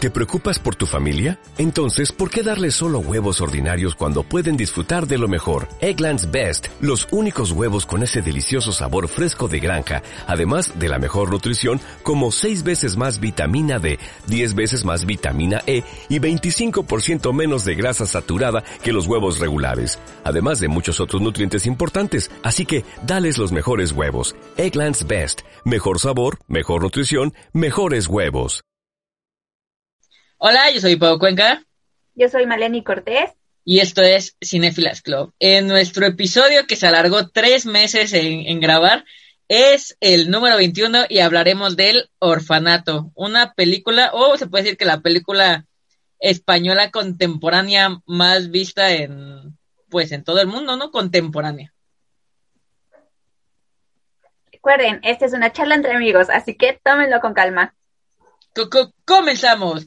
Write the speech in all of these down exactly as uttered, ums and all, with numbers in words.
¿Te preocupas por tu familia? Entonces, ¿por qué darles solo huevos ordinarios cuando pueden disfrutar de lo mejor? Eggland's Best, los únicos huevos con ese delicioso sabor fresco de granja, además de la mejor nutrición, como seis veces más vitamina D, diez veces más vitamina E y veinticinco por ciento menos de grasa saturada que los huevos regulares, además de muchos otros nutrientes importantes. Así que, dales los mejores huevos. Eggland's Best, mejor sabor, mejor nutrición, mejores huevos. Hola, yo soy Pau Cuenca. Yo soy Maleni Cortés. Y esto es Cinéfilas Club. En nuestro episodio, que se alargó tres meses en, en grabar, es el número veintiuno y hablaremos del Orfanato. Una película, o se puede decir que la película española contemporánea más vista en, pues, en todo el mundo, ¿no? Contemporánea. Recuerden, esta es una charla entre amigos, así que tómenlo con calma. C- c- ¡Comenzamos!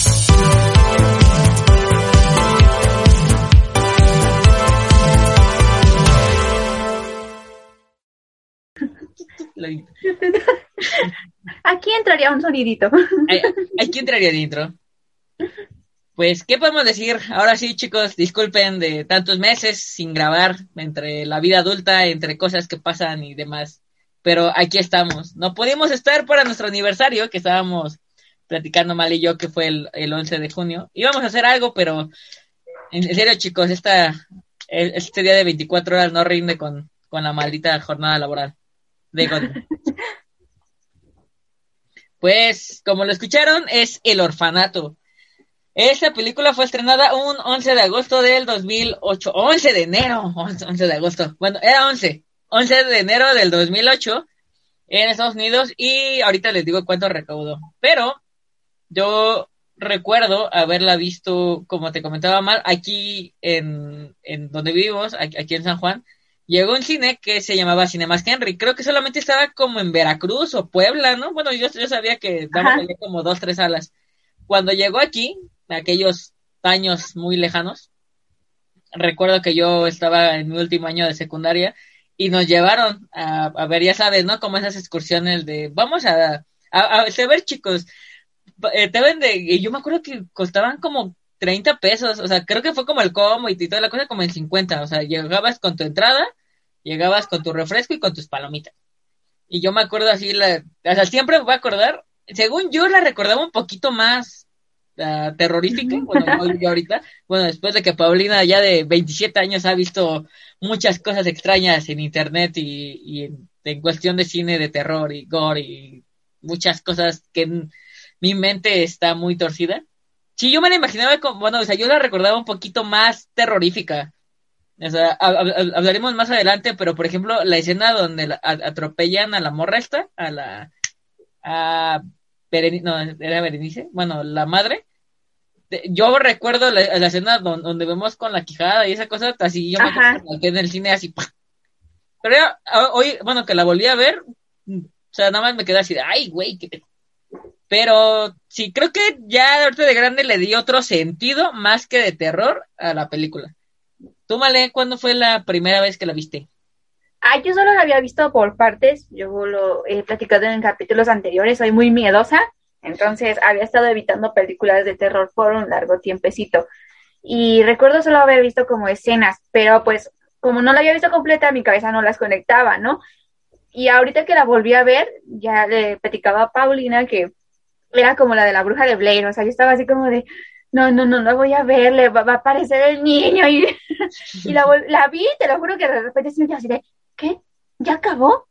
Aquí entraría un sonidito. Aquí entraría dentro. Pues, ¿qué podemos decir? Ahora sí, chicos, disculpen de tantos meses sin grabar, entre la vida adulta, entre cosas que pasan y demás. Pero aquí estamos. No pudimos estar para nuestro aniversario, que estábamos platicando Mal y yo, que fue el, el once de junio. Íbamos a hacer algo, pero en, en serio, chicos, esta, este día de veinticuatro horas no rinde con, con la maldita jornada laboral. De God. Pues, como lo escucharon, es El Orfanato. Esta película fue estrenada un once de agosto del dos mil ocho. once de enero. once de agosto. Bueno, era once. once de enero del dos mil ocho en Estados Unidos. Y ahorita les digo cuánto recaudó. Pero yo recuerdo haberla visto, como te comentaba Mal, aquí en, en donde vivimos, aquí en San Juan. Llegó un cine que se llamaba Cinemas Henry. Creo que solamente estaba como en Veracruz o Puebla, ¿no? Bueno, yo, yo sabía que daban como dos, tres salas. Cuando llegó aquí, en aquellos años muy lejanos, recuerdo que yo estaba en mi último año de secundaria y nos llevaron a, a ver, ya sabes, ¿no? Como esas excursiones de, vamos a, a, a, a ver, chicos, eh, te vende, y yo me acuerdo que costaban como treinta pesos, o sea, creo que fue como el combo y toda la cosa como en cincuenta, o sea, llegabas con tu entrada, llegabas con tu refresco y con tus palomitas. Y yo me acuerdo así, la, o sea, siempre me voy a acordar, según yo la recordaba un poquito más uh, terrorífica, bueno, yo, yo ahorita, bueno, después de que Paulina ya de veintisiete años ha visto muchas cosas extrañas en internet y, y en, en cuestión de cine de terror y gore y muchas cosas que en mi mente está muy torcida. Sí, yo me la imaginaba como, bueno, o sea, yo la recordaba un poquito más terrorífica. O sea, hab- hablaremos más adelante, pero por ejemplo, la escena donde la, a, atropellan a la morra esta, a la, a Berenice, no, era Berenice, bueno, la madre. De, yo recuerdo la, la escena donde, donde vemos con la quijada y esa cosa, así yo me acuerdo que en el cine así, ¡pah! Pero ya, hoy, bueno, que la volví a ver, o sea, nada más me quedé así de, ay, güey, qué... Pero sí, creo que ya ahorita de grande le di otro sentido más que de terror a la película. Tú, Malé, ¿cuándo fue la primera vez que la viste? Ah, yo solo la había visto por partes, yo lo he platicado en capítulos anteriores, soy muy miedosa, entonces había estado evitando películas de terror por un largo tiempecito. Y recuerdo solo haber visto como escenas, pero pues como no la había visto completa, mi cabeza no las conectaba, ¿no? Y ahorita que la volví a ver, ya le platicaba a Paulina que era como la de la bruja de Blair, o sea, yo estaba así como de, no, no, no, no voy a verle, va, va a aparecer el niño, y, y la, la vi, te lo juro que de repente sí me quedé así de, ¿qué? ¿Ya acabó?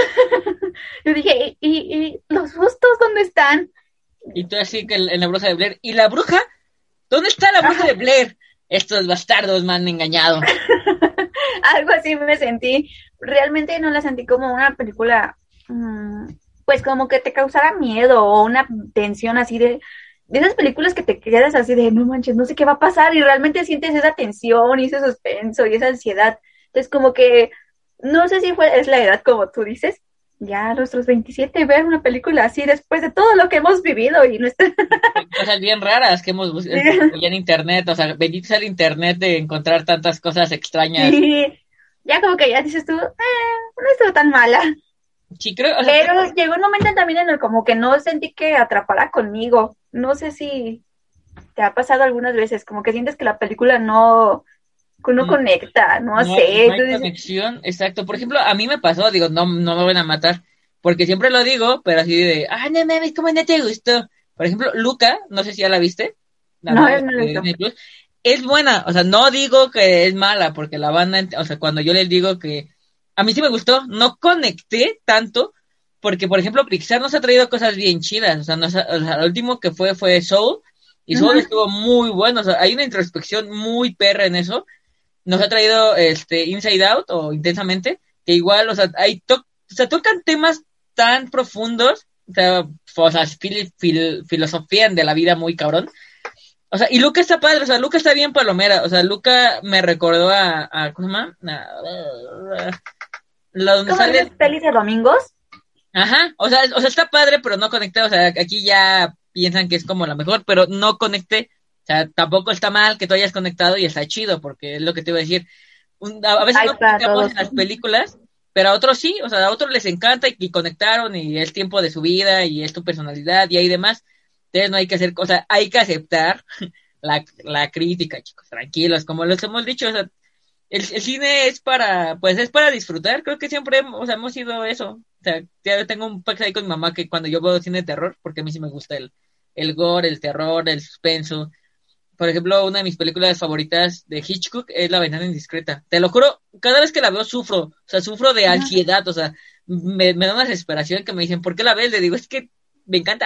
Yo dije, ¿y, y, y los sustos dónde están? Y tú así que en la bruja de Blair, ¿y la bruja? ¿Dónde está la bruja Ajá. de Blair? Estos bastardos me han engañado. Algo así me sentí, realmente no la sentí como una película... Mmm, pues como que te causara miedo o una tensión así de, de esas películas que te quedas así de, no manches, no sé qué va a pasar, y realmente sientes esa tensión y ese suspenso y esa ansiedad. Entonces como que, no sé si fue es la edad como tú dices, ya a nuestros veintisiete ver una película así después de todo lo que hemos vivido y nuestra... Cosas bien raras que hemos buscado en internet, o sea, bendito sea el internet de encontrar tantas cosas extrañas. Sí, ya como que ya dices tú, eh, no estuvo tan mala. Sí, creo, o sea, pero creo... llegó un momento también en el como que no sentí que atrapara conmigo. No sé si te ha pasado algunas veces, como que sientes que la película no, no conecta, no, no, sé. no hay Entonces, conexión, exacto. Por ejemplo, a mí me pasó, digo, no, no me van a matar, porque siempre lo digo, pero así de, ah, no mames, ¿cómo no te gustó? Por ejemplo, Luca, no sé si ya la viste, la no, nueva no lo de he visto. Disney Plus, es buena, o sea, no digo que es mala, porque la banda, ent- o sea, cuando yo les digo que a mí sí me gustó, no conecté tanto, porque, por ejemplo, Pixar nos ha traído cosas bien chidas, o sea, nos ha- o sea, lo último que fue fue Soul, y Soul Ujú. estuvo muy bueno, o sea, hay una introspección muy perra en eso, nos ha traído este Inside Out o Intensamente, que igual, o sea, hay to o sea, tocan temas tan profundos, o sea, o sea fil fil filosofían de la vida muy cabrón. O sea, y Luca está padre, o sea, Luca está bien palomera, o sea, Luca me recordó a, a ¿cómo se llama? A, a, la donde Como de esas sale, pelis de domingos. ajá, o sea, o sea, está padre, pero no conectado, o sea, aquí ya piensan que es como la mejor, pero no conecté, o sea, tampoco está mal que tú hayas conectado y está chido, porque es lo que te iba a decir, un, a, a veces Hay no para conectamos todos. en las películas, pero a otros sí, o sea, a otros les encanta y, y conectaron y es tiempo de su vida y es tu personalidad y ahí demás. Entonces no hay que hacer cosas, hay que aceptar la, la crítica, chicos, tranquilos, como les hemos dicho, o sea, el, el cine es para, pues es para disfrutar, creo que siempre hemos, o sea, hemos sido eso. O sea, ya tengo un pacto ahí con mi mamá que cuando yo veo cine de terror, porque a mí sí me gusta el, el gore, el terror, el suspenso, por ejemplo, una de mis películas favoritas de Hitchcock es La Ventana Indiscreta. Te lo juro, cada vez que la veo sufro, o sea, sufro de Ujú. ansiedad, o sea, me, me da una desesperación que me dicen, ¿por qué la ves? Le digo, es que me encanta,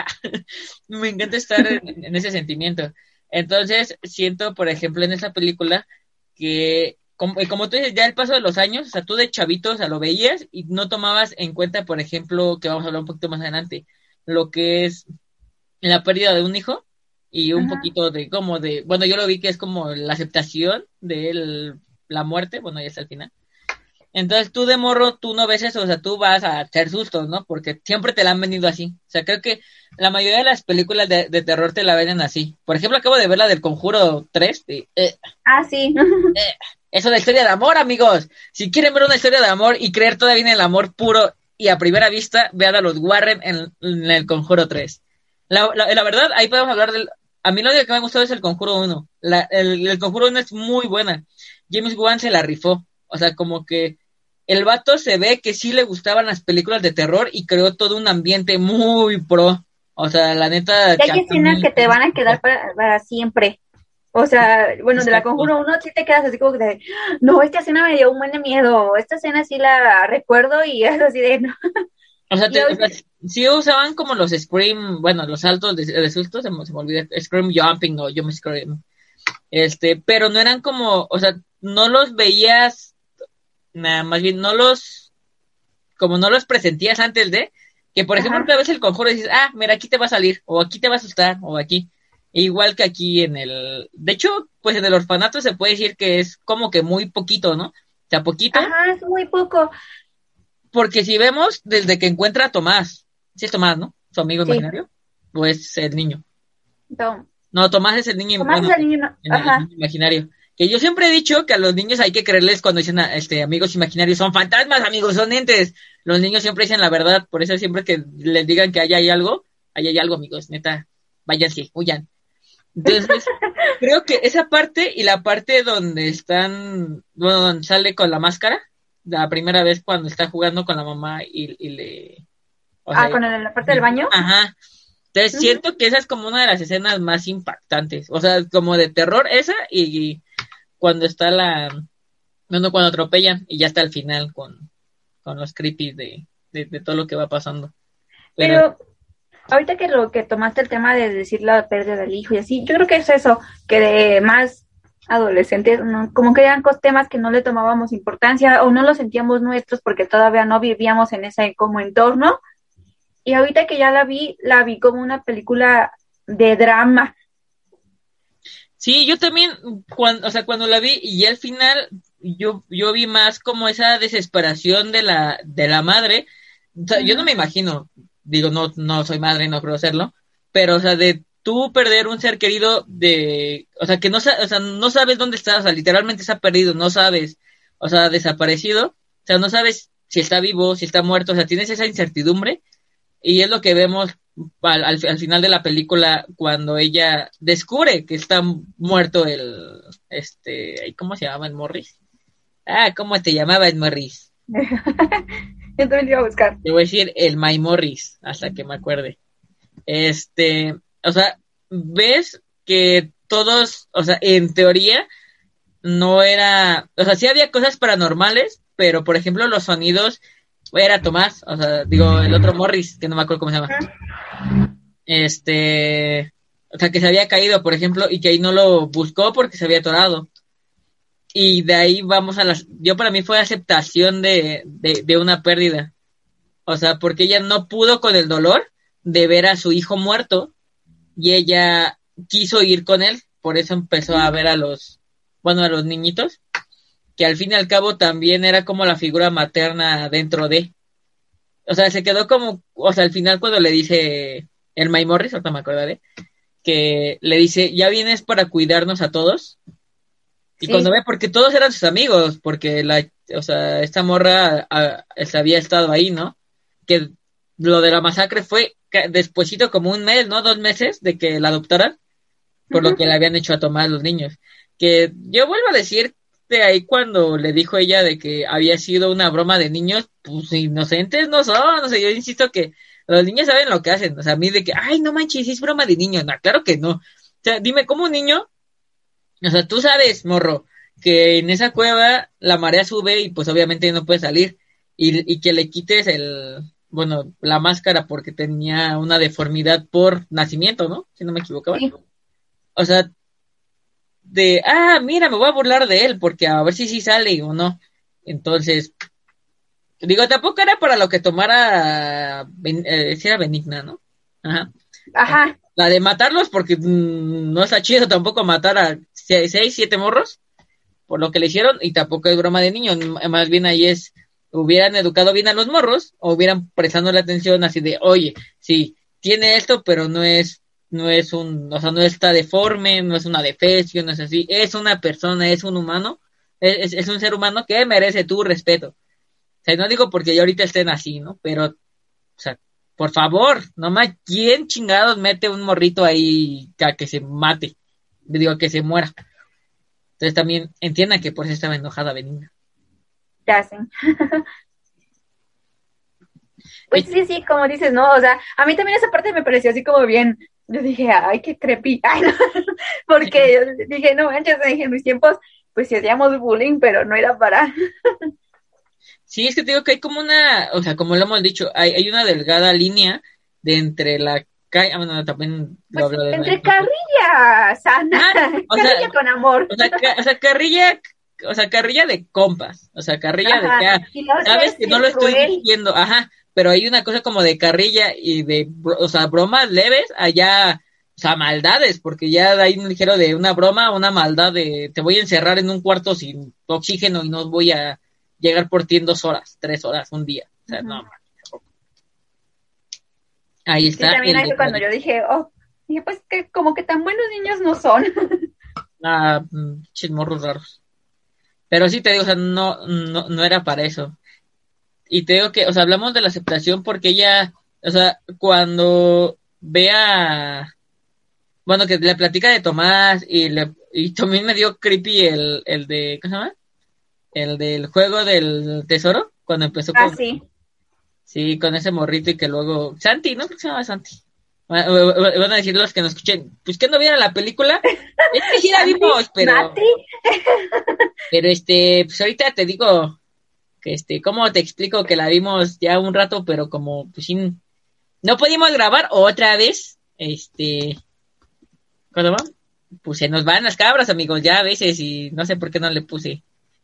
me encanta estar en, en ese sentimiento. Entonces, siento, por ejemplo, en esa película que, como, como tú dices, ya el paso de los años, o sea, tú de chavito, o sea, lo veías y no tomabas en cuenta, por ejemplo, que vamos a hablar un poquito más adelante, lo que es la pérdida de un hijo y un Ujú. poquito de como de, bueno, yo lo vi que es como la aceptación de el- la muerte, bueno, ya está al final. Entonces tú de morro, tú no ves eso, o sea, tú vas a hacer sustos, ¿no? Porque siempre te la han vendido así. O sea, creo que la mayoría de las películas de, de terror te la venden así. Por ejemplo, acabo de ver la del Conjuro tres y, eh, Ah, sí. eso de historia de amor, amigos. Si quieren ver una historia de amor y creer todavía en el amor puro y a primera vista, vean a los Warren en, en el Conjuro tres. La, la, la verdad, ahí podemos hablar del... A mí lo que me ha gustado es el Conjuro uno. La, el, el Conjuro uno es muy buena. James Wan se la rifó. O sea, como que el vato se ve que sí le gustaban las películas de terror y creó todo un ambiente muy pro. O sea, la neta, Y hay escenas que te van a quedar para, para siempre. O sea, bueno, de la exacto. Conjuro uno sí te quedas así como de, no, esta escena me dio un buen de miedo, esta escena sí la recuerdo y es así de, no. O sea, Y te, o ahorita, sea, sí usaban como los scream, bueno, los saltos de, de susto, se me, se me olvida, scream jumping o jump scream, este, pero no eran como, o sea, no los veías, nada, más bien no los, como no los presentías antes de, que por ejemplo, ajá, una vez el conjuro dices, ah, mira, aquí te va a salir, o aquí te va a asustar, o aquí, e igual que aquí en el, de hecho, pues en el orfanato se puede decir que es como que muy poquito, ¿no? O sea, poquito, ajá, es muy poco, porque si vemos desde que encuentra a Tomás, sí es Tomás, ¿no? Su amigo sí, imaginario, pues el niño. Tom, No, Tomás es el niño, Tomás bueno, es el niño, no- en el, el ajá, niño imaginario. Que yo siempre he dicho que a los niños hay que creerles cuando dicen, a, este, amigos imaginarios, son fantasmas, amigos, son entes. Los niños siempre dicen la verdad, por eso siempre que les digan que allá hay algo, allá hay algo, amigos, neta, váyanse, huyan. Entonces, creo que esa parte y la parte donde están, bueno, donde sale con la máscara, la primera vez cuando está jugando con la mamá y, y le, o sea, ah, con el- la parte del baño, ajá. Entonces ujú. siento que esa es como una de las escenas más impactantes, o sea, como de terror esa y, y cuando está la, bueno, cuando atropellan y ya está al final con, con los creepy de, de, de todo lo que va pasando. Pero Pero ahorita que lo que tomaste el tema de decir la pérdida del hijo y así, yo creo que es eso, que de más adolescentes, ¿no? Como que eran cos- temas que no le tomábamos importancia o no los sentíamos nuestros porque todavía no vivíamos en ese como entorno. Y ahorita que ya la vi, la vi como una película de drama. sí, yo también, cuando, o sea, cuando la vi y al final yo, yo vi más como esa desesperación de la, de la madre. O sea, yo no Ujú. me imagino, digo, no, no soy madre, no creo serlo, pero, o sea, de tú perder un ser querido de, o sea, que no, sa- o sea, no sabes dónde está, o sea, literalmente está perdido, no sabes, o sea, desaparecido, o sea, no sabes si está vivo, si está muerto, o sea, tienes esa incertidumbre y es lo que vemos al, al, al final de la película, cuando ella descubre que está muerto el, este, ¿cómo se llamaba el Morris? Ah, ¿cómo te llamaba el Morris? Yo también te iba a buscar. Te voy a decir el My Morris, hasta que me acuerde. Este, o sea, ves que todos, o sea, en teoría, no era, o sea, sí había cosas paranormales, pero por ejemplo los sonidos, era Tomás, o sea, digo, el otro Morris, que no me acuerdo cómo se llama. Este, o sea, que se había caído, por ejemplo, y que ahí no lo buscó porque se había atorado. Y de ahí vamos a las, yo para mí fue aceptación de, de, de una pérdida. O sea, porque ella no pudo con el dolor de ver a su hijo muerto y ella quiso ir con él, por eso empezó a ver a los, bueno, a los niñitos, que al fin y al cabo también era como la figura materna dentro de, o sea, se quedó como, o sea, al final cuando le dice el May Morris, ahorita me acordaré, que le dice, ya vienes para cuidarnos a todos, y sí. Cuando ve, porque todos eran sus amigos, porque la, o sea, esta morra a, a, había estado ahí, ¿no? Que lo de la masacre fue despuesito como un mes, ¿no? Dos meses de que la adoptaran, por uh-huh. lo que le habían hecho a tomar los niños. Que yo vuelvo a decir de ahí cuando le dijo ella de que había sido una broma de niños, pues inocentes no son, o sea, yo insisto que los niños saben lo que hacen, o sea, a mí de que, ay, no manches, es broma de niños, no, claro que no. O sea, dime, ¿cómo un niño? O sea, tú sabes, morro, que en esa cueva la marea sube y pues obviamente no puede salir, y, y que le quites el, bueno, la máscara porque tenía una deformidad por nacimiento, ¿no? Si no me equivocaba. Sí. O sea, de, ah, mira, me voy a burlar de él porque a ver si sí sale o no. Entonces, digo, tampoco era para lo que tomara, eh, si era benigna, ¿no? Ajá. Ajá. La de matarlos porque mmm, no está chido tampoco matar a seis, siete morros por lo que le hicieron y tampoco es broma de niños, más bien ahí es, hubieran educado bien a los morros o hubieran prestando la atención así de, oye, sí, tiene esto, pero no es no es un, o sea, no está deforme, no es una defecio, no es así, es una persona, es un humano, es, es un ser humano que merece tu respeto. O sea, no digo porque ya ahorita estén así, ¿no? Pero, o sea, por favor, nomás, ¿quién chingados mete un morrito ahí a que se mate? Digo, que se muera. Entonces también entiendan que por eso estaba enojada Benigna. Ya sé. Pues sí, sí, como dices, ¿no? O sea, a mí también esa parte me pareció así como bien. Yo dije, ay, qué creepy. Ay, no. Porque yo dije, no manches, dije, en mis tiempos, pues sí hacíamos bullying, pero no era para. Sí, es que te digo que hay como una, o sea, como lo hemos dicho, hay, hay una delgada línea de entre la calle, ah, bueno, también lo pues, hablo de entre la... carrilla sana, ah, o carrilla sea, con amor. O sea, ca, o sea, carrilla, o sea, carrilla de compas, o sea, carrilla ajá, de que, ah, sabes que no lo estoy cruel. diciendo, ajá, pero hay una cosa como de carrilla y de, o sea, bromas leves, allá, o sea, maldades, porque ya hay un ligero de una broma, una maldad de, te voy a encerrar en un cuarto sin oxígeno y no voy a llegar por ti en dos horas, tres horas, un día, o sea, uh-huh. no. Ahí está. Y también ahí fue cuando yo dije, oh, dije, pues que como que tan buenos niños no son. Ah, chismorros raros. Pero sí te digo, o sea, no, no, no era para eso. Y te digo que, o sea, hablamos de la aceptación porque ella, o sea, cuando vea, bueno, que le platica de Tomás y le, y también me dio creepy el, el de, ¿cómo se llama? El del juego del tesoro, cuando empezó ah, con, sí. sí, con ese morrito y que luego, Santi, ¿no? ¿Cómo se llama Santi? Van a decir los que nos escuchen, pues que no vieron la película, es que sí la vimos, pero, pero este, pues ahorita te digo, que este, ¿cómo te explico que la vimos ya un rato, pero como, pues sin, no pudimos grabar otra vez, este, ¿cuándo va? Pues se nos van las cabras, amigos, ya a veces, y no sé por qué no le puse.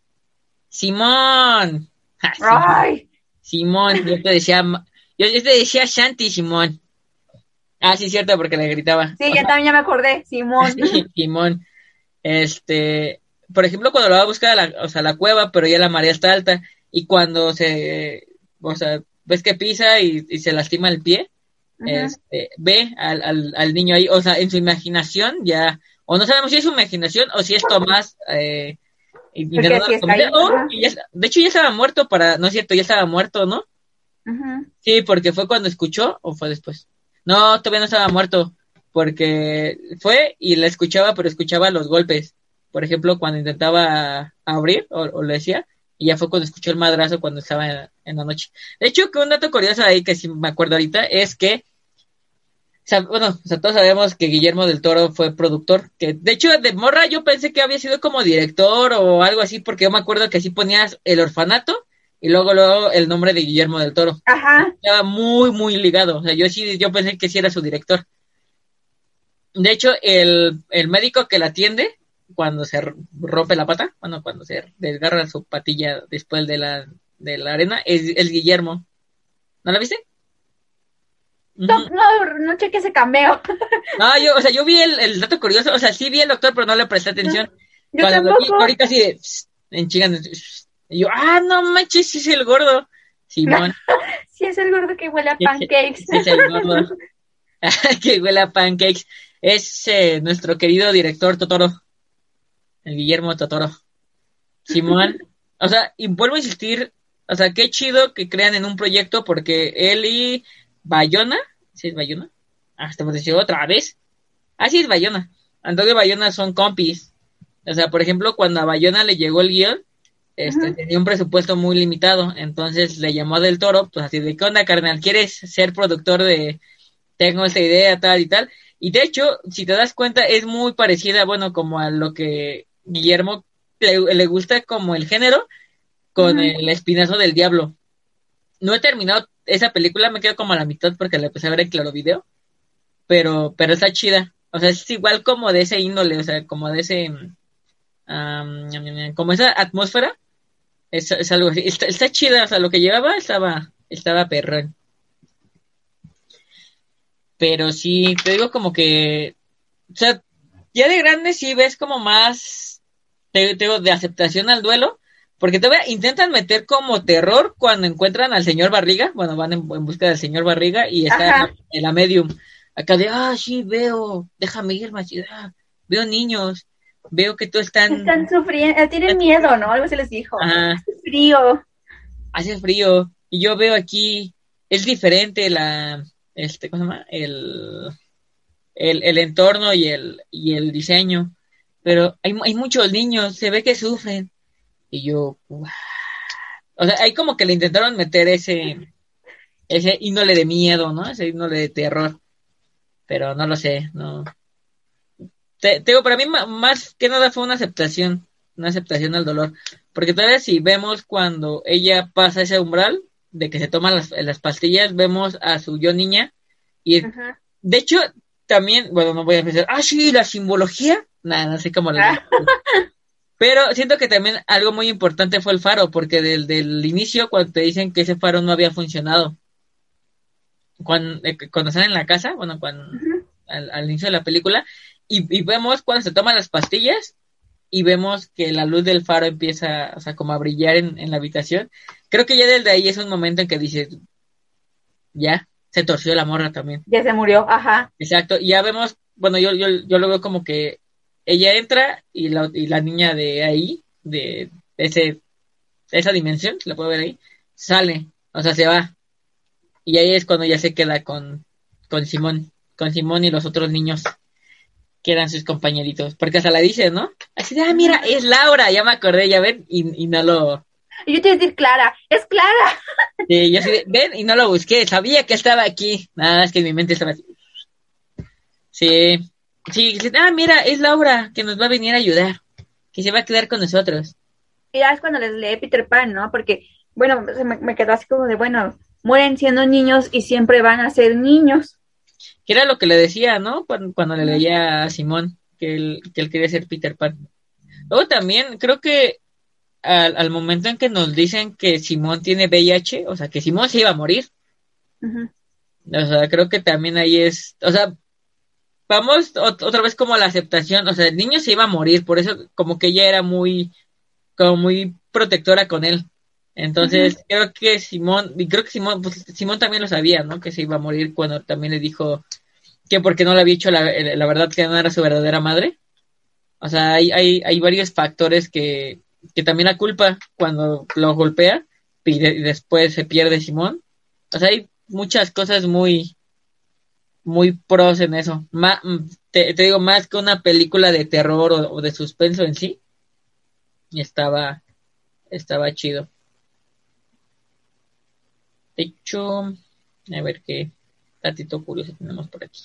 Simón. Ja, Simón. Ay. Simón, yo te decía, yo, yo te decía Shanti, Simón. Ah, sí, cierto, porque le gritaba. Sí, yo también ya me acordé, Simón. Simón. Este, por ejemplo, cuando lo va a buscar a la, o sea, la cueva, pero ya la marea está alta, y cuando se, o sea, ves que pisa y, y se lastima el pie, uh-huh. este, ve al, al, al niño ahí, o sea, en su imaginación ya, o no sabemos si es su imaginación o si es Tomás, eh, y, y no sí ahí, oh, y ya, de hecho ya estaba muerto para, no es cierto, ya estaba muerto, ¿no? Uh-huh. Sí, porque fue cuando escuchó, o fue después. No, todavía no estaba muerto, porque fue y la escuchaba, pero escuchaba los golpes. Por ejemplo, cuando intentaba abrir, o, o lo decía, y ya fue cuando escuchó el madrazo cuando estaba en, en la noche. De hecho, que un dato curioso ahí que sí me acuerdo ahorita es que, o sea, bueno, o sea, todos sabemos que Guillermo del Toro fue productor, que de hecho de morra yo pensé que había sido como director o algo así, porque yo me acuerdo que así ponías El Orfanato y luego luego el nombre de Guillermo del Toro. Ajá. Estaba muy, muy ligado, o sea, yo sí, yo pensé que sí era su director. De hecho, el, el médico que la atiende, cuando se rompe la pata, bueno, cuando se desgarra su patilla después de la, de la arena, es el Guillermo. ¿No la viste? No, Uh-huh. no, no cheque ese cameo. No, yo, o sea, yo vi el, el dato curioso, o sea, sí vi el doctor, pero no le presté atención. Yo Cuando lo vi, tampoco. ahorita así de, pss, en chingan, y yo, ah, no manches, sí es el gordo. Simón, Sí, es el gordo que huele a sí, pancakes. sí es el gordo. Que huele a pancakes. Es eh, nuestro querido director Totoro, el Guillermo Totoro. Simón, o sea, y vuelvo a insistir, o sea, qué chido que crean en un proyecto porque él y Bayona, ¿sí es Bayona? Hasta me decía otra vez. Ah, sí es Bayona. Antonio y Bayona son compis. O sea, por ejemplo, cuando a Bayona le llegó el guión, este, Ujú. tenía un presupuesto muy limitado, entonces le llamó a Del Toro, pues así de, ¿qué onda, carnal? ¿Quieres ser productor de tengo esta idea, tal y tal? Y de hecho, si te das cuenta, es muy parecida, bueno, como a lo que Guillermo le, le gusta como el género, con Ujú. el Espinazo del Diablo. No he terminado esa película, me quedo como a la mitad porque la empecé a ver en Claro Video, pero, pero está chida. O sea, es igual como de ese índole, o sea, como de ese, um, como esa atmósfera, es, es algo así. Está, está chida, o sea, lo que llevaba estaba, estaba perrón. Pero sí, te digo como que, o sea, ya de grande sí ves como más, te, te digo, de aceptación al duelo, porque todavía intentan meter como terror cuando encuentran al señor Barriga, bueno, van en, en busca del señor Barriga y está en la, Ajá. en la medium, acá de, ah, sí, veo, déjame ir, machida, veo niños, veo que todos están, Están sufriendo, eh, tienen miedo, ¿no? Algo se les dijo. ajá, Hace frío. hace frío, y yo veo aquí, es diferente la, este, ¿cómo se llama? El, el, el entorno y el, y el diseño, pero hay, hay muchos niños, se ve que sufren, y yo, wow. O sea, hay como que le intentaron meter ese, ese índole de miedo, ¿no? Ese índole de terror, pero no lo sé, no. Te, te digo, para mí ma- más que nada fue una aceptación, una aceptación al dolor, porque todavía si vemos cuando ella pasa ese umbral de que se toman las, las pastillas, vemos a su yo niña, y Ajá. de hecho, también, bueno, no voy a empezar, ah, sí, la simbología, nada, no sé cómo le Ah, digo. Pero siento que también algo muy importante fue el faro, porque desde el inicio, cuando te dicen que ese faro no había funcionado, cuando, eh, cuando están en la casa, bueno, cuando, ujú. al, al inicio de la película, y, y vemos cuando se toman las pastillas, y vemos que la luz del faro empieza, o sea, como a brillar en, en la habitación. Creo que ya desde ahí es un momento en que dices, ya, se torció la morra también. Ya se murió, ajá. Exacto, y ya vemos, bueno, yo, yo, yo lo veo como que ella entra y la, y la niña de ahí, de ese, esa dimensión, la puedo ver ahí, sale, o sea, se va. Y ahí es cuando ya se queda con, con Simón, con Simón y los otros niños que eran sus compañeritos, porque hasta la dice, ¿no? Así de, ah, mira, Ujú. es Laura, ya me acordé, ya ven, y, y no lo, Y yo te iba a decir Clara, es Clara. sí, yo así de, ven, y no lo busqué, sabía que estaba aquí, nada más que en mi mente estaba así. Sí, sí, sí, ah, mira, es Laura, que nos va a venir a ayudar, que se va a quedar con nosotros. Y ya es cuando les lee Peter Pan, ¿no? Porque, bueno, se me, me quedó así como de, bueno, mueren siendo niños y siempre van a ser niños. Que era lo que le decía, ¿no? Cuando, cuando le Ujú. leía a Simón, que él, que él quería ser Peter Pan. Luego también creo que al, al momento en que nos dicen que Simón tiene V I H, o sea, que Simón se iba a morir, Ujú. o sea, creo que también ahí es, o sea, vamos ot- otra vez como a la aceptación, o sea, el niño se iba a morir, por eso como que ella era muy, como muy protectora con él. Ujú. Entonces, creo que Simón, y creo que Simón, pues Simón también lo sabía, ¿no? Que se iba a morir cuando también le dijo que porque no le había dicho la, la verdad que no era su verdadera madre. O sea, hay, hay, hay varios factores que, que también la culpa cuando lo golpea y, de- y después se pierde Simón. O sea, hay muchas cosas muy, muy pros en eso. Ma, te, te digo, más que una película de terror o, o de suspenso en sí. Y estaba, estaba chido. De hecho, a ver qué datito curioso tenemos por aquí.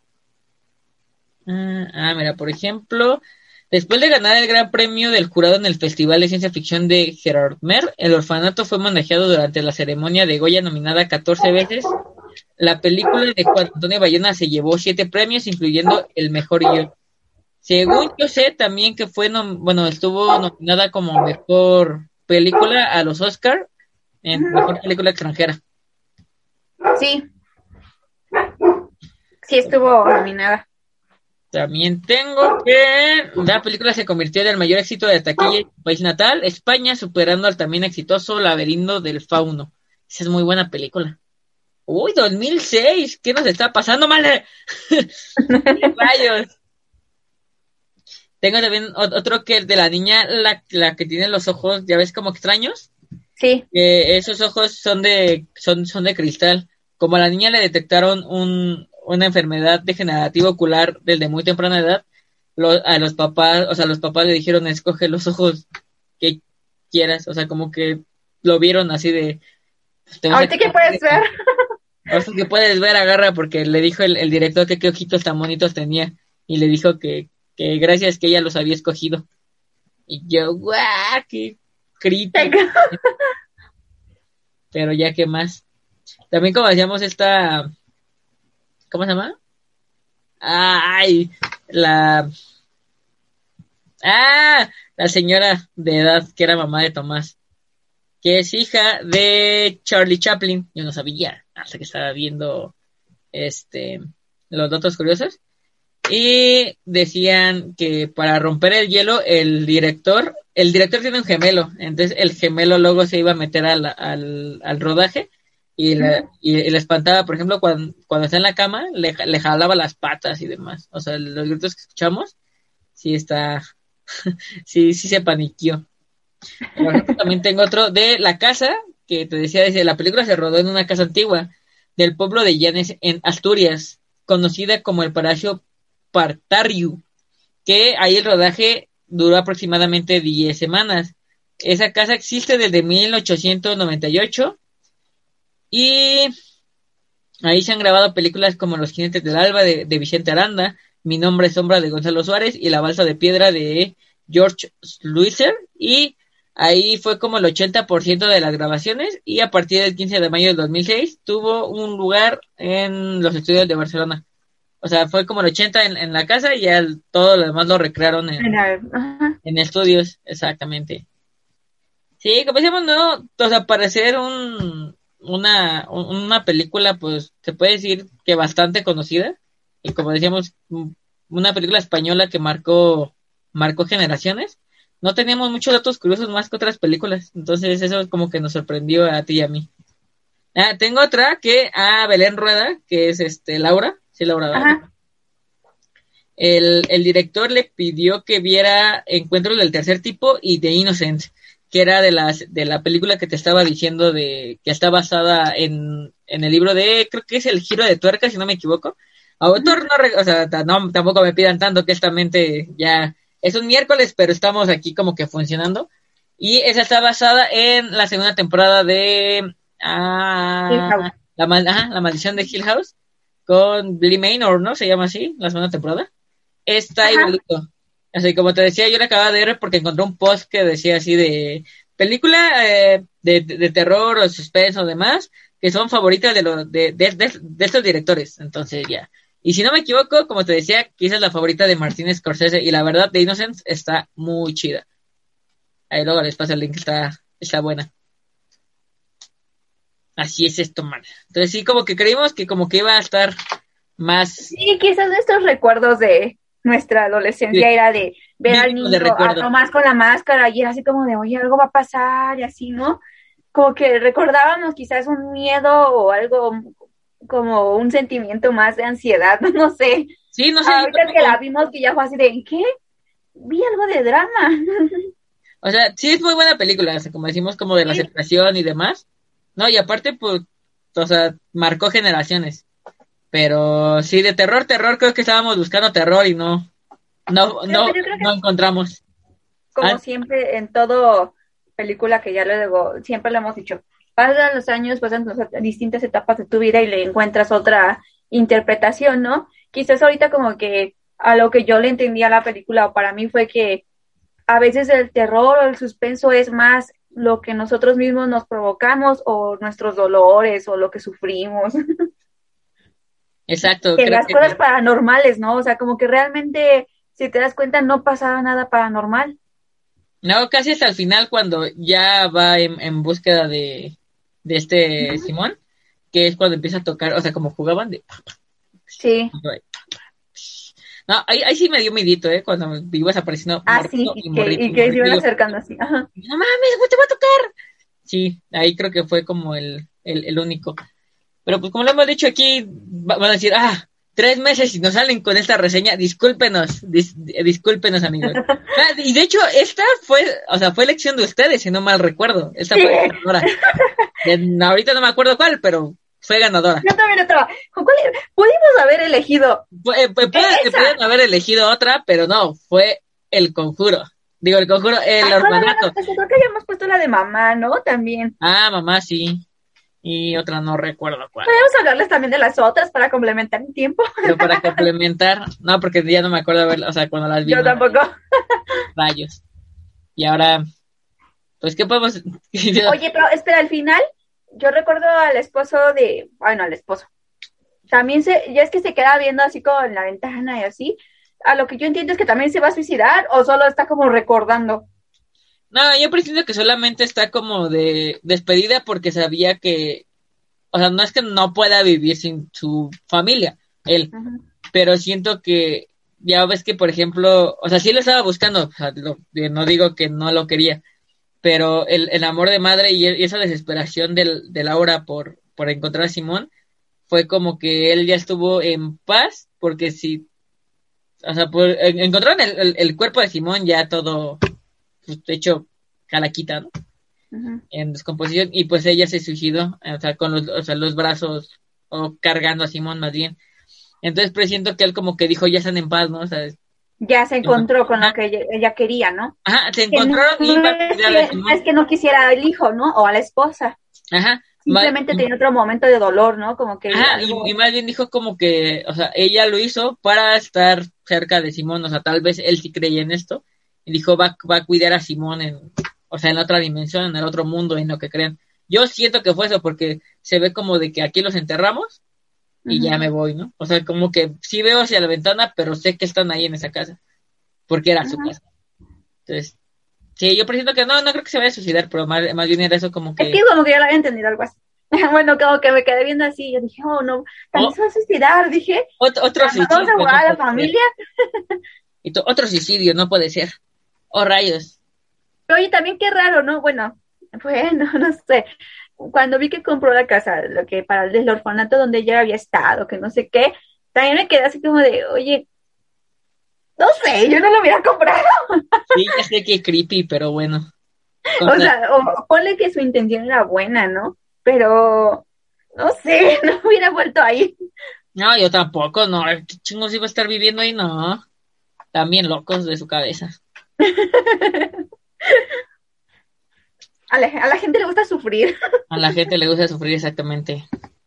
Ah, ah, mira, por ejemplo, después de ganar el gran premio del jurado en el Festival de Ciencia Ficción de Gerard Mer, El Orfanato fue homenajeado durante la ceremonia de Goya, nominada catorce veces. La película de Juan Antonio Bayona se llevó siete premios, incluyendo el mejor guión. Según yo sé, también que fue, nom- bueno, estuvo nominada como mejor película a los Oscar en mejor película extranjera. Sí, sí estuvo nominada. También tengo que la película se convirtió en el mayor éxito de taquilla en su país natal, España, superando al también exitoso Laberinto del Fauno. Esa es muy buena película. Uy, dos mil seis, ¿qué nos está pasando, madre? Rayos. Tengo también otro que el de la niña, la, la que tiene los ojos, ya ves, como extraños. Sí. Eh, esos ojos son de, son, son de cristal. Como a la niña le detectaron un, una enfermedad degenerativa ocular desde muy temprana edad, lo, a los papás, o sea, los papás le dijeron, escoge los ojos que quieras. O sea, como que lo vieron así de... Ahorita que puedes ver. Ahorita que puedes ver, agarra, porque le dijo el, el director que qué ojitos tan bonitos tenía. Y le dijo que que gracias que ella los había escogido. Y yo, guau, qué crítico. Pero ya, ¿qué más? También como decíamos esta, ¿cómo se llama? Ay, la, ah, la señora de edad que era mamá de Tomás, que es hija de Charlie Chaplin. Yo no sabía, hasta que estaba viendo este, los datos curiosos. Y decían que para romper el hielo, el director, el director tiene un gemelo, entonces el gemelo luego se iba a meter al, al, al rodaje y le, y, y le espantaba, por ejemplo, cuando, cuando está en la cama, le, le jalaba las patas y demás. O sea, los gritos que escuchamos, sí está, sí, sí se paniqueó. Por ejemplo, también tengo otro de La Casa, que te decía, dice, la película se rodó en una casa antigua del pueblo de Llanes, en Asturias, conocida como el Palacio Partarriu, que ahí el rodaje duró aproximadamente diez semanas. Esa casa existe desde mil ochocientos noventa y ocho y ahí se han grabado películas como Los Jinetes del Alba de, de Vicente Aranda, Mi Nombre es Sombra de Gonzalo Suárez y La Balsa de Piedra de George Sluicer, y ahí fue como el ochenta por ciento de las grabaciones, y a partir del quince de mayo del dos mil seis tuvo un lugar en los estudios de Barcelona. O sea, fue como el ochenta en, en la casa y ya el, todo lo demás lo recrearon en, en estudios, exactamente. Sí, como decíamos, no, o sea, para hacer un, una, una película, pues, se puede decir que bastante conocida, y como decíamos, una película española que marcó, marcó generaciones. No teníamos muchos datos curiosos más que otras películas, entonces eso como que nos sorprendió a ti y a mí. Ah, tengo otra que a Belén Rueda, que es este Laura. Sí, Laura. Ajá. El, el director le pidió que viera Encuentros del Tercer Tipo y The Innocent, que era de las de la película que te estaba diciendo, de que está basada en, en el libro de, creo que es El Giro de Tuerca, si no me equivoco. Autor, no, o sea, no, tampoco me pidan tanto, que esta mente ya es un miércoles, pero estamos aquí como que funcionando. Y esa está basada en la segunda temporada de ah, la, ajá, la Maldición de Hill House, con Billy Maynard, ¿no? Se llama así, la segunda temporada. Está Ajá. igualito. Así como te decía, yo la acababa de ver porque encontré un post que decía así de película eh, de, de, de terror o suspenso o demás, que son favoritas de, los de, de, de, de estos directores. Entonces ya. Y si no me equivoco, como te decía, quizás la favorita de Martin Scorsese, y la verdad, The Innocence está muy chida. Ahí luego les paso el link, está, está buena. Así es esto, man. Entonces sí, como que creímos que como que iba a estar más... Sí, quizás nuestros recuerdos de nuestra adolescencia sí. era de ver al niño a Tomás con la máscara y era así como de, oye, algo va a pasar y así, ¿no? Como que recordábamos quizás un miedo o algo, como un sentimiento más de ansiedad, no sé. Sí, no sé. Ahorita que la vimos que ya fue así de, ¿qué? Vi algo de drama. O sea, sí es muy buena película, o sea, como decimos, como de la aceptación y demás. No, y aparte, pues, o sea, marcó generaciones. Pero sí, de terror, terror, creo que estábamos buscando terror y no, no, no, no encontramos. Como ah. siempre en todo película que ya luego, siempre lo hemos dicho, pasan los años, pasan distintas etapas de tu vida y le encuentras otra interpretación, ¿no? Quizás ahorita como que a lo que yo le entendí a la película o para mí fue que a veces el terror o el suspenso es más lo que nosotros mismos nos provocamos o nuestros dolores o lo que sufrimos. Exacto. Que creo las que cosas paranormales, ¿no? O sea, como que realmente, si te das cuenta, no pasaba nada paranormal. No, casi hasta el final cuando ya va en, en búsqueda de, de este uh-huh. Simón, que es cuando empieza a tocar, o sea, como jugaban de... Sí. No, ahí, ahí sí me dio midito, ¿eh? Cuando ibas apareciendo ah, sí, y, y morrito, que, y que se iban acercando así. Ajá. No mames, güey, te va a tocar. Sí, ahí creo que fue como el, el, el único. Pero pues como lo hemos dicho aquí, van a decir, ah, tres meses y nos salen con esta reseña, discúlpenos, dis, discúlpenos amigos. Ah, y de hecho, esta fue, o sea, fue elección de ustedes, si no mal recuerdo. Esta sí. fue ganadora. De, ahorita no me acuerdo cuál, pero fue ganadora. Yo también estaba. ¿Cuál pudimos haber elegido? Puede, puede, pueden haber elegido otra, pero no, fue El Conjuro. Digo, El Conjuro, El ah, Orfanato. Pues, creo que habíamos puesto la de Mamá, ¿no? También. Ah, Mamá, sí. Y otra no recuerdo cuál. Podemos hablarles también de las otras para complementar el tiempo. Pero para complementar, no, porque ya no me acuerdo ver, o sea, cuando las vi. Yo tampoco. Rayos. Y ahora, pues, ¿qué podemos? Oye, pero espera, al final, yo recuerdo al esposo de, bueno, al esposo. También se, ya es que se queda viendo así como en la ventana y así. A lo que yo entiendo es que también se va a suicidar o solo está como recordando. No, yo presiento que solamente está como de despedida porque sabía que, o sea, no es que no pueda vivir sin su familia, él, uh-huh. pero siento que, ya ves que, por ejemplo, o sea, sí lo estaba buscando, o sea, lo, no digo que no lo quería, pero el, el amor de madre y, y esa desesperación del, de Laura por, por encontrar a Simón, fue como que él ya estuvo en paz, porque si, o sea, por, encontraron el, el, el cuerpo de Simón ya todo... de hecho, calaquita, ¿no? Uh-huh. En descomposición, y pues ella se suicidó, o sea, con los, o sea, los brazos, o cargando a Simón más bien. Entonces presiento que él como que dijo, ya están en paz, ¿no? O sea, ya se encontró con lo que ella, ella quería, ¿no? Ajá, se encontraron no, y no es, que, es que no quisiera al hijo, ¿no? O a la esposa. Ajá. Simplemente tenía otro momento de dolor, ¿no? Como que... Ajá, algo... y, y más bien dijo como que, o sea, ella lo hizo para estar cerca de Simón, o sea, tal vez él sí creía en esto, y dijo, va, va a cuidar a Simón en, o sea, en la otra dimensión, en el otro mundo, en lo que crean. Yo siento que fue eso, porque se ve como de que aquí los enterramos, y uh-huh. ya me voy, ¿no? O sea, como que sí veo hacia la ventana, pero sé que están ahí en esa casa, porque era uh-huh. su casa. Entonces, sí, yo presiento que no, no creo que se vaya a suicidar, pero más, más bien era eso como que... Es que como que ya lo había entendido algo así. Bueno, como que me quedé viendo así, yo dije, oh, no, también oh, se va a suicidar, dije. Otro, otro suicidio. Vamos a jugar a la familia. Y to, otro suicidio, no puede ser. Oh, rayos. Oye, también qué raro, ¿no? Bueno, bueno, no sé. Cuando vi que compró la casa, lo que para el del orfanato donde ella había estado, que no sé qué, también me quedé así como de, oye, no sé, yo no lo hubiera comprado. Sí, ya sé que creepy, pero bueno. O sea, o, ponle que su intención era buena, ¿no? Pero, no sé, no hubiera vuelto ahí. No, yo tampoco, no, ¿qué chingos iba a estar viviendo ahí? No, también locos de su cabeza. A la, a la gente le gusta sufrir. A la gente le gusta sufrir, exactamente.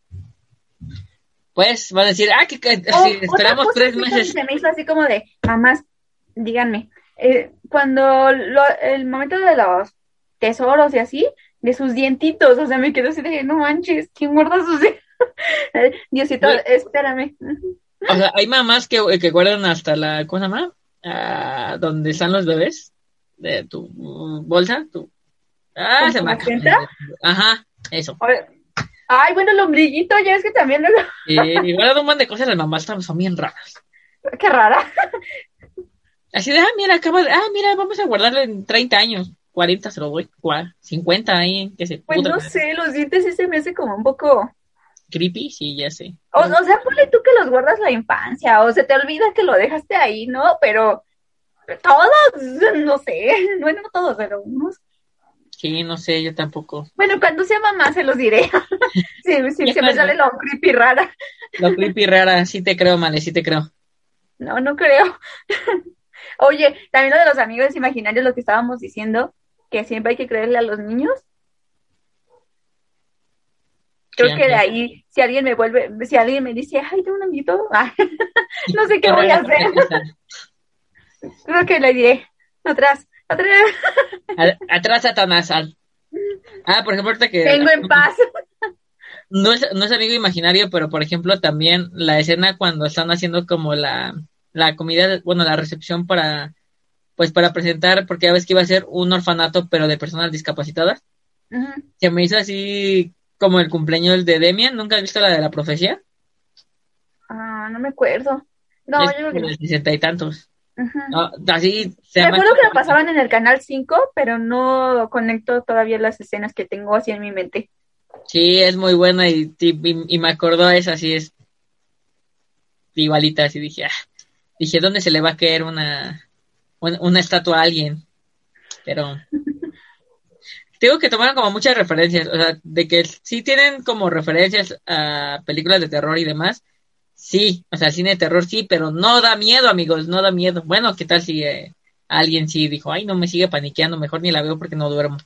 Pues, va a decir, ah, que, que oh, si esperamos tres meses. Se me hizo así como de, mamás, díganme, eh, cuando lo, el momento de los tesoros y así, de sus dientitos, o sea, me quedo así de, no manches, ¿quién guarda sus dientitos? Diosito, bueno, espérame. O sea, hay mamás que, que guardan hasta la, ¿cómo se llama? Ah, donde están los bebés, de tu bolsa, tu... Ah, se me acaba. Ajá, eso. Ay, bueno, el ombliguito, ya es que también lo... Sí, igual un montón de cosas las mamás son bien raras. Qué rara. Así de, ah, mira, acaba de, ah, mira, vamos a guardarlo en treinta años, cuarenta se lo doy, cincuenta ahí, que se Pues no sé, los dientes sí se me hace como un poco... Creepy, sí, ya sé. O, o sea, ponle tú que los guardas la infancia, o se te olvida que lo dejaste ahí, ¿no? Pero todos, no sé, bueno, no todos, pero unos... Sí, no sé, yo tampoco. Bueno, cuando sea mamá se los diré. Sí, sí, se me sale lo creepy rara. Lo creepy rara, sí te creo, Male, sí te creo. No, no creo. Oye, también lo de los amigos imaginarios, lo que estábamos diciendo, que siempre hay que creerle a los niños. Creo Sí, que de ahí, si alguien me vuelve, si alguien me dice, ay, tengo un amiguito, ah, no sé qué voy a hacer. Creo que le diré, atrás, atrás. Atrás, Satanás. Al... Ah, por ejemplo, ahorita que... Tengo en paz. No es, no es amigo imaginario, pero por ejemplo también la escena cuando están haciendo como la, la comida, bueno, la recepción para, pues para presentar, porque ya ves que iba a ser un orfanato, pero de personas discapacitadas. Uh-huh. Se me hizo así como el cumpleaños de Demian. ¿Nunca has visto la de la profecía? Ah, no me acuerdo. No, es yo creo que no. sesenta y tantos. Uh-huh. No, así se me acuerdo que lo pasaban en el canal cinco, pero no conecto todavía las escenas que tengo así en mi mente. Sí, es muy buena y, y, y me acordó esa, así es igualita, así dije, ah, dije, ¿dónde se le va a caer una, una, una estatua a alguien? Pero tengo que tomar como muchas referencias, o sea, de que sí tienen como referencias a películas de terror y demás, sí, o sea, cine de terror sí, pero no da miedo, amigos, no da miedo. Bueno, ¿qué tal si eh, alguien sí dijo, ay, no me sigue paniqueando, mejor ni la veo porque no duermo?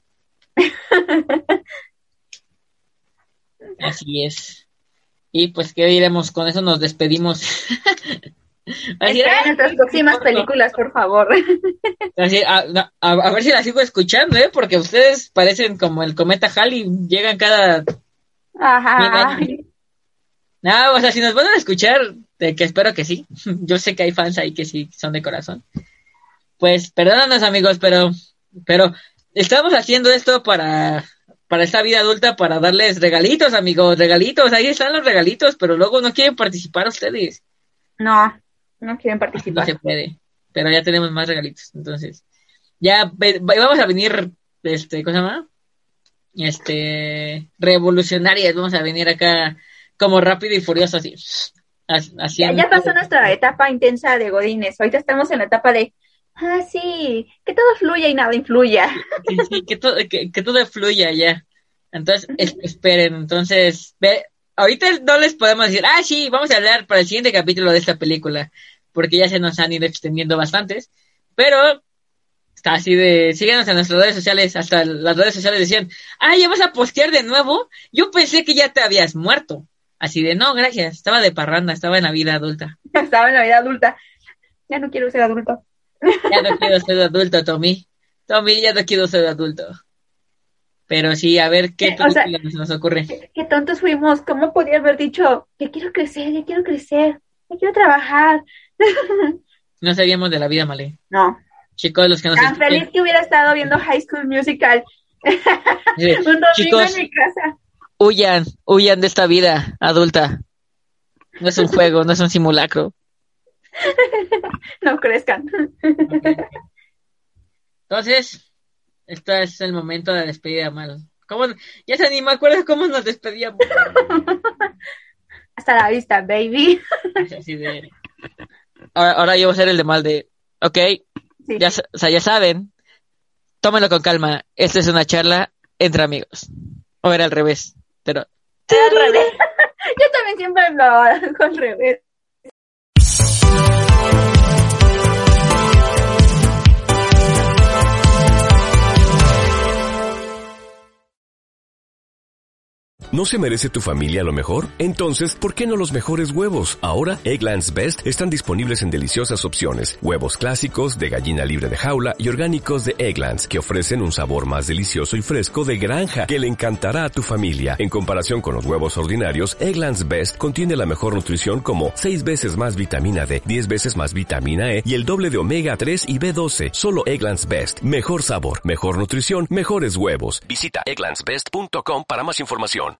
Así es. Y pues, ¿qué diremos? Con eso nos despedimos. Así, en nuestras próximas corto. películas, por favor. Así, a, a, a ver si la sigo escuchando, ¿eh? Porque ustedes parecen como el cometa Halley, llegan cada... Ajá. No, o sea, si nos van a escuchar, eh, que espero que sí. Yo sé que hay fans ahí que sí son de corazón. Pues, perdónanos, amigos, pero, pero estamos haciendo esto para... para esta vida adulta, para darles regalitos, amigos, regalitos, ahí están los regalitos, pero luego no quieren participar ustedes. No, no quieren participar. No se puede, pero ya tenemos más regalitos, entonces, ya vamos a venir, este, ¿cómo se llama? Este, revolucionarias, vamos a venir acá como rápido y furioso, así, haciendo... Ya, ya pasó nuestra etapa intensa de Godines, ahorita estamos en la etapa de... Ah, sí, que todo fluya y nada influya. Sí, sí, que todo, que, que todo fluya ya. Entonces, es, esperen, entonces, ve, ahorita no les podemos decir, ah, sí, vamos a hablar para el siguiente capítulo de esta película, porque ya se nos han ido extendiendo bastantes, pero está así de, síganos en nuestras redes sociales, hasta las redes sociales decían, ah, ya vas a postear de nuevo, yo pensé que ya te habías muerto. Así de, no, gracias, estaba de parranda, estaba en la vida adulta. Estaba en la vida adulta, ya no quiero ser adulto. Ya no quiero ser adulto, Tommy. Tommy, ya no quiero ser adulto. Pero sí, a ver qué o sea, nos, nos ocurre. Qué, qué tontos fuimos. ¿Cómo podía haber dicho, ya quiero crecer, ya quiero crecer, ya quiero trabajar? No sabíamos de la vida, Male. No. Chicos, los que nos Tan escuchen... feliz que hubiera estado viendo High School Musical. Sí. Un domingo Chicos, en mi casa. Huyan, huyan de esta vida adulta. No es un juego, no es un simulacro. No crezcan. Okay. Entonces, este es el momento de despedida, Mal. ¿Cómo? Ya se ni me acuerdo cómo nos despedíamos. Hasta la vista, baby. Así de... ahora, ahora yo voy a ser el de Mal de, ok, sí. ya, o sea, ya saben, tómenlo con calma. Esta es una charla entre amigos. O era al revés, pero... Era al revés. Yo también siempre lo hago al revés. ¿No se merece tu familia lo mejor? Entonces, ¿por qué no los mejores huevos? Ahora, Eggland's Best están disponibles en deliciosas opciones. Huevos clásicos, de gallina libre de jaula y orgánicos de Eggland's, que ofrecen un sabor más delicioso y fresco de granja que le encantará a tu familia. En comparación con los huevos ordinarios, Eggland's Best contiene la mejor nutrición como seis veces más vitamina D, diez veces más vitamina E y el doble de omega tres y B doce. Solo Eggland's Best. Mejor sabor, mejor nutrición, mejores huevos. Visita egglands best punto com para más información.